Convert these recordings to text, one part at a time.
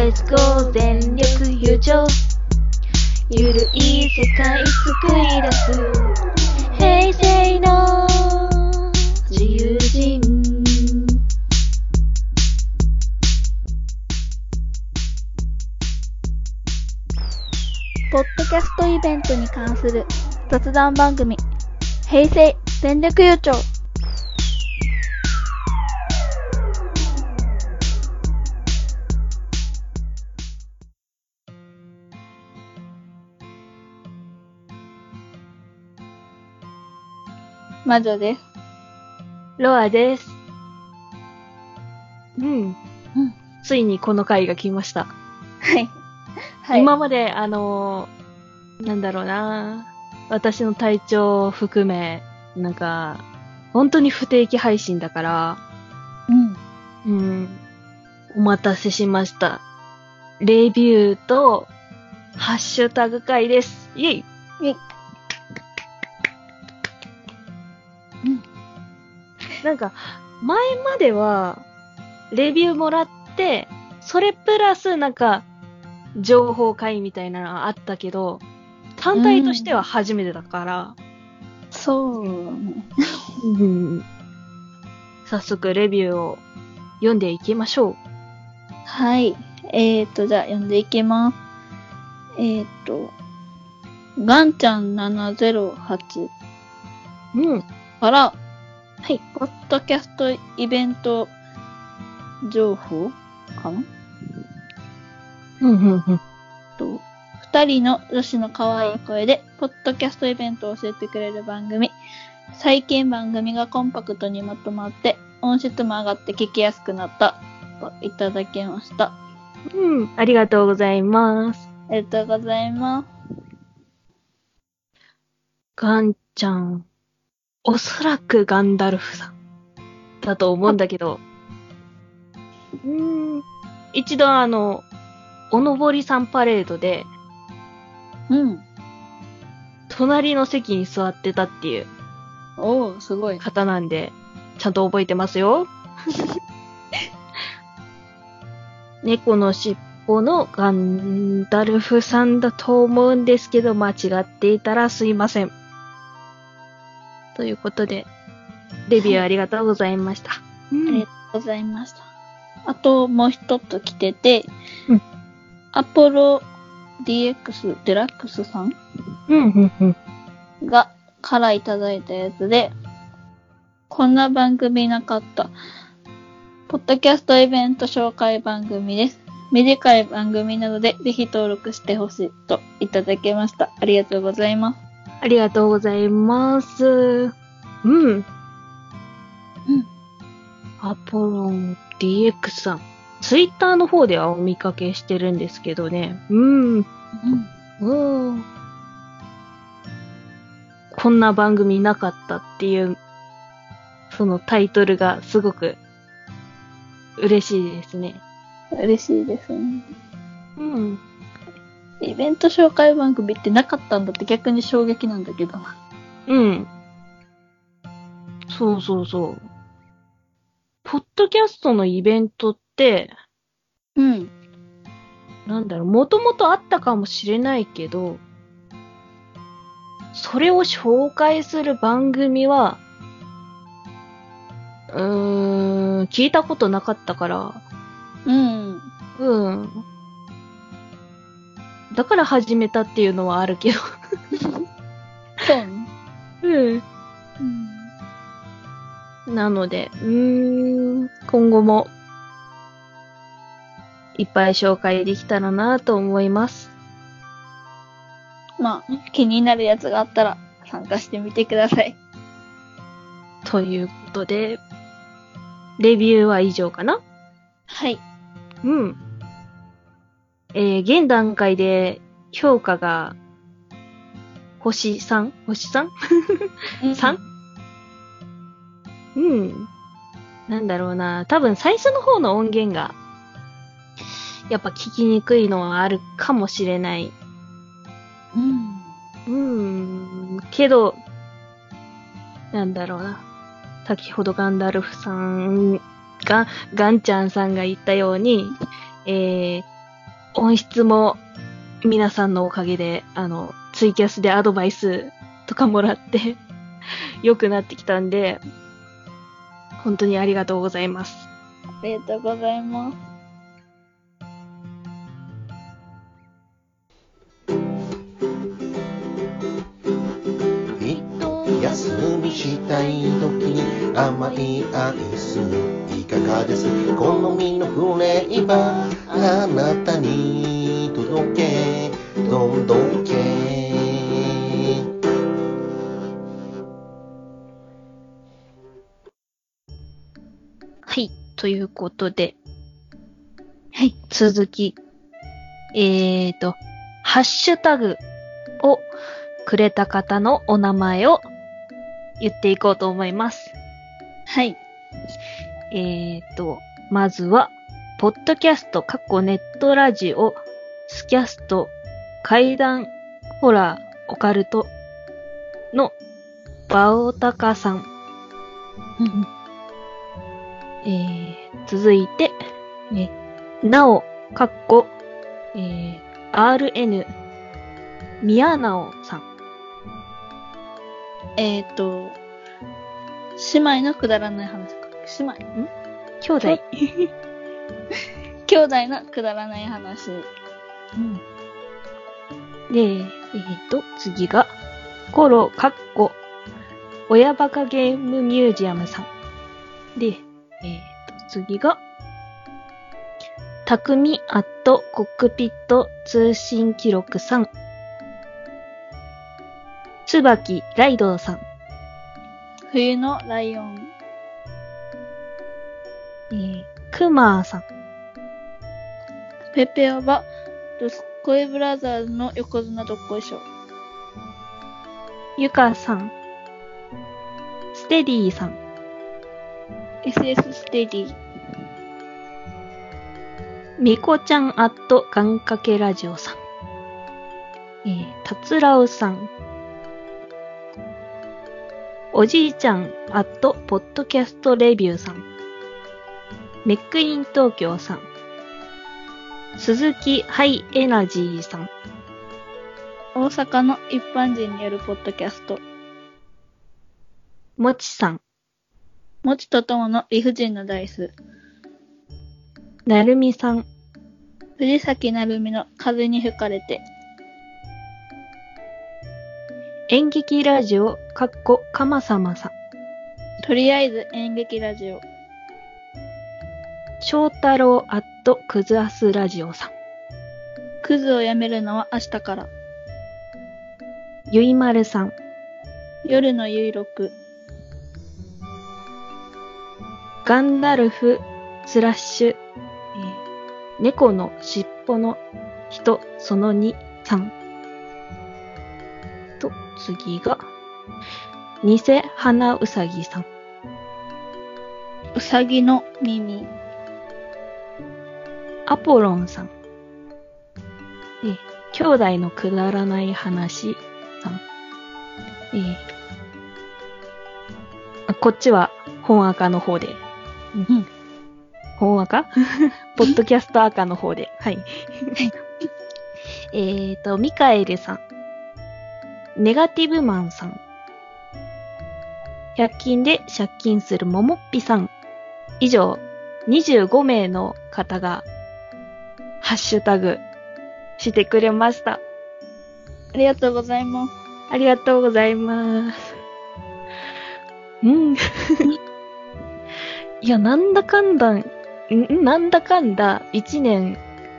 Let's go 全力友情ゆるい世界救い出す平成の自由人ポッドキャストイベントに関する雑談番組平成全力優勝。魔女です。 ロアです。ついにこの回が来ました。 はい。はい、 今まで、なんだろうな、私の体調を含め、なんか、本当に不定期配信だから、お待たせしました。レビューと、ハッシュタグ会です。イェイ！ イェイ！ なんか、前までは、レビューもらって、それプラスなんか、情報会みたいなのがあったけど、単体としては初めてだから。 そうね。 早速レビューを読んでいきましょう。 はい。じゃあ読んでいきます。ガンちゃん708。から、はい。ポッドキャストイベント情報かな二人の女子の可愛い声で、ポッドキャストイベントを教えてくれる番組。最近番組がコンパクトにまとまって、音質も上がって聞きやすくなった。といただきました。 ありがとうございます。 ありがとうございます。 ガンちゃん、おそらくガンダルフさんだと思うんだけど、一度おのぼりさんパレードで、隣の席に座ってたっていうすごい方なんで、ちゃんと覚えてますよ。猫のしっぽのガンダルフさんだと思うんですけど、間違っていたらすいません。ということで、レビューありがとうございました。 ありがとうございました。あと、もう一つ来てて、アポロ DX デラックスさんからいただいたやつで、こんな番組なかった。ポッドキャストイベント紹介番組です。短い番組なので、ぜひ登録してほしいといただきました。ありがとうございます。 ありがとうございます。アポロン DX さん。ツイッターの方ではお見かけしてるんですけどね。こんな番組なかったっていう、そのタイトルがすごく嬉しいですね。 嬉しいですね。イベント紹介番組ってなかったんだって逆に衝撃なんだけど。 そうそうそう。ポッドキャストのイベントって、なんだろう、もともとあったかもしれないけど、それを紹介する番組は、聞いたことなかったから、だから始めたっていうのはあるけど。 そうね。 なので、今後も、いっぱい紹介できたらなと思います。 まあ、気になるやつがあったら参加してみてください。 ということで、レビューは以上かな？ はい。 現段階で評価が星 3？ 星 3？ 3？ なんだろうな。多分最初の方の音源がやっぱ聞きにくいのはあるかもしれない。けど、なんだろうな。先ほどガンダルフさんが、ガンちゃんさんが言ったように、 音質も皆さんのおかげで、ツイキャスでアドバイスとかもらって良くなってきたんで、本当にありがとうございます。 ありがとうございます。 休みしたい時に甘いアイスいかがです好みのフレーバーあなたに届け届けはい、ということで、 はい、 続き、ハッシュタグをくれた方のお名前を言っていこうと思います。 はい。 まずは、ポッドキャスト、ネットラジオ、スキャスト、怪談、ホラー、オカルトのバオタカさん。続いて、なお、RN、宮直さん。 姉妹のくだらない話か。姉妹兄弟兄弟のくだらない話。 で、次が、親バカゲームミュージアムさん。で、次が、たくみコックピット通信記録さん。つばきライドさん。 冬のライオン。 くまーさん。 ペペオバ、ドスコイブラザーズの横綱どっこいしょ。 ゆかさん。ステディさん。 SS ステディ。 みこちゃん願掛けラジオさん。たつらうさん。おじいちゃんポッドキャストレビューさん。メックイン東京さん。鈴木ハイエナジーさん。 大阪の一般人によるポッドキャスト。 もちさん。 もちとともの理不尽なダイス。 なるみさん。 藤崎なるみの風に吹かれて。 演劇ラジオかまさまさん。 とりあえず演劇ラジオ。 翔太郎クズアスラジオさん。 クズをやめるのは明日から。 ゆいまるさん。 夜のゆいろく。 ガンダルフ/猫のしっぽの人その2さん。と、次が、偽花うさぎさん。 うさぎの耳。 アポロンさん。兄弟のくだらない話さん。こっちは本赤の方で。本赤ポッドキャスト赤の方で。はい。ミカエルさん。ネガティブマンさん。100均で借金するももっぴさん。以上、25名の方が、ハッシュタグしてくれました。 ありがとうございます。 ありがとうございます。いや、なんだかんだ1年、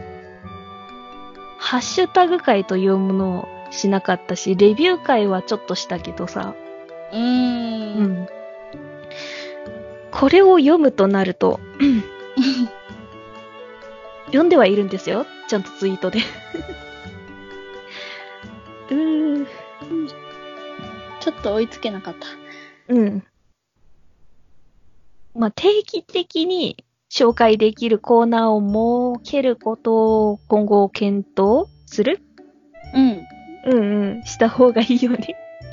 ハッシュタグ会というものをしなかったし、レビュー会はちょっとしたけどさ。これを読むとなると、読んではいるんですよ。ちゃんとツイートで。 ちょっと追いつけなかった。 まあ、定期的に紹介できるコーナーを設けることを今後検討する？した方がいいよね。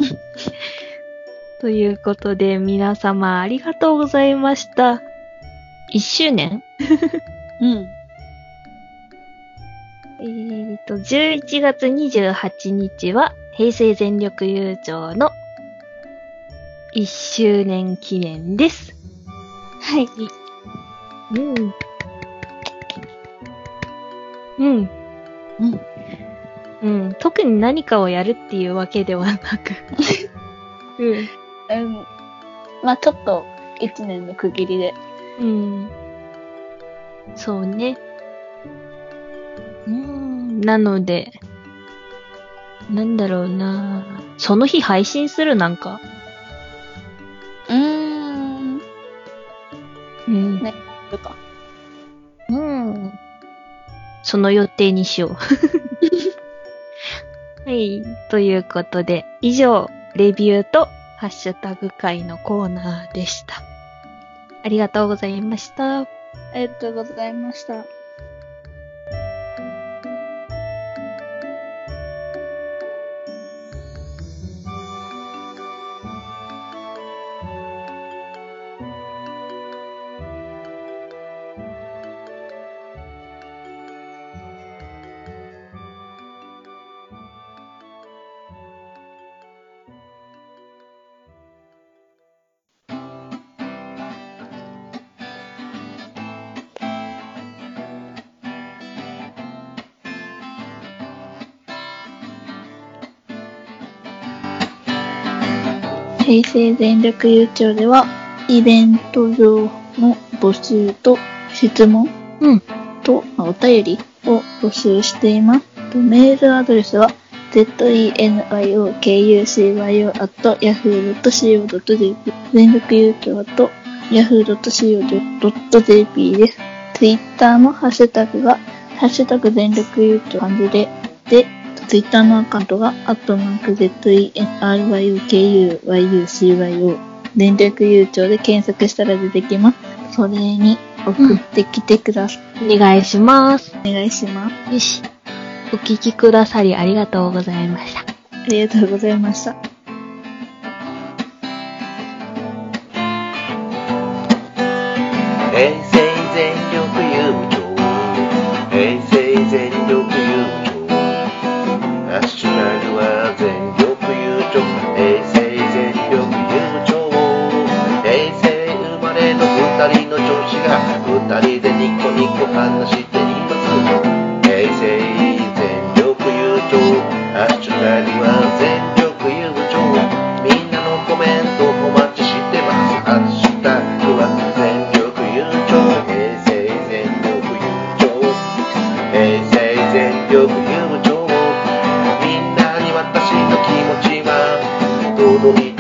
ということで、皆様ありがとうございました。1周年 11月28日は平成全力優勝の1周年記念です。 はい。 うん。うん。 うん。 うん。特に何かをやるっていうわけではなく。うん。 まあちょっと1年の区切りで。 うん。そうね。なので、なんだろうな。その日配信するなんか。 ね、とか。 その予定にしよう。はい。ということで、以上、レビューとハッシュタグ会のコーナーでした。ありがとうございました。 ありがとうございました。平成全力優勝では、イベント上の募集と質問と、お便りを募集しています。メールアドレスは、zeniokucyo@yahoo.co.jp 全力優勝と yahoo.co.jp です。ツイッターのハッシュタグが、ハッシュタグ全力優勝漢字で、ツイッターのアカウントが、@zenryukuYucyo 全力優勝で検索したら出てきます。それに送ってきてください。 お願いします。 お願いします。 よし。お聞きくださりありがとうございました。 ありがとうございました。 平成全力優勝、平成全力優勝、ハッシュタグは全力優勝、平成全力優勝、平成生まれの二人の女子が二人でニコニコ話しています。平成全力優勝、ハッシュタグは全力優勝、みんなのコメントお待ちしてます。ハッシュタグは全力優勝、平成全力優勝、平成全力優勝、みんなに私の気持ちは届いて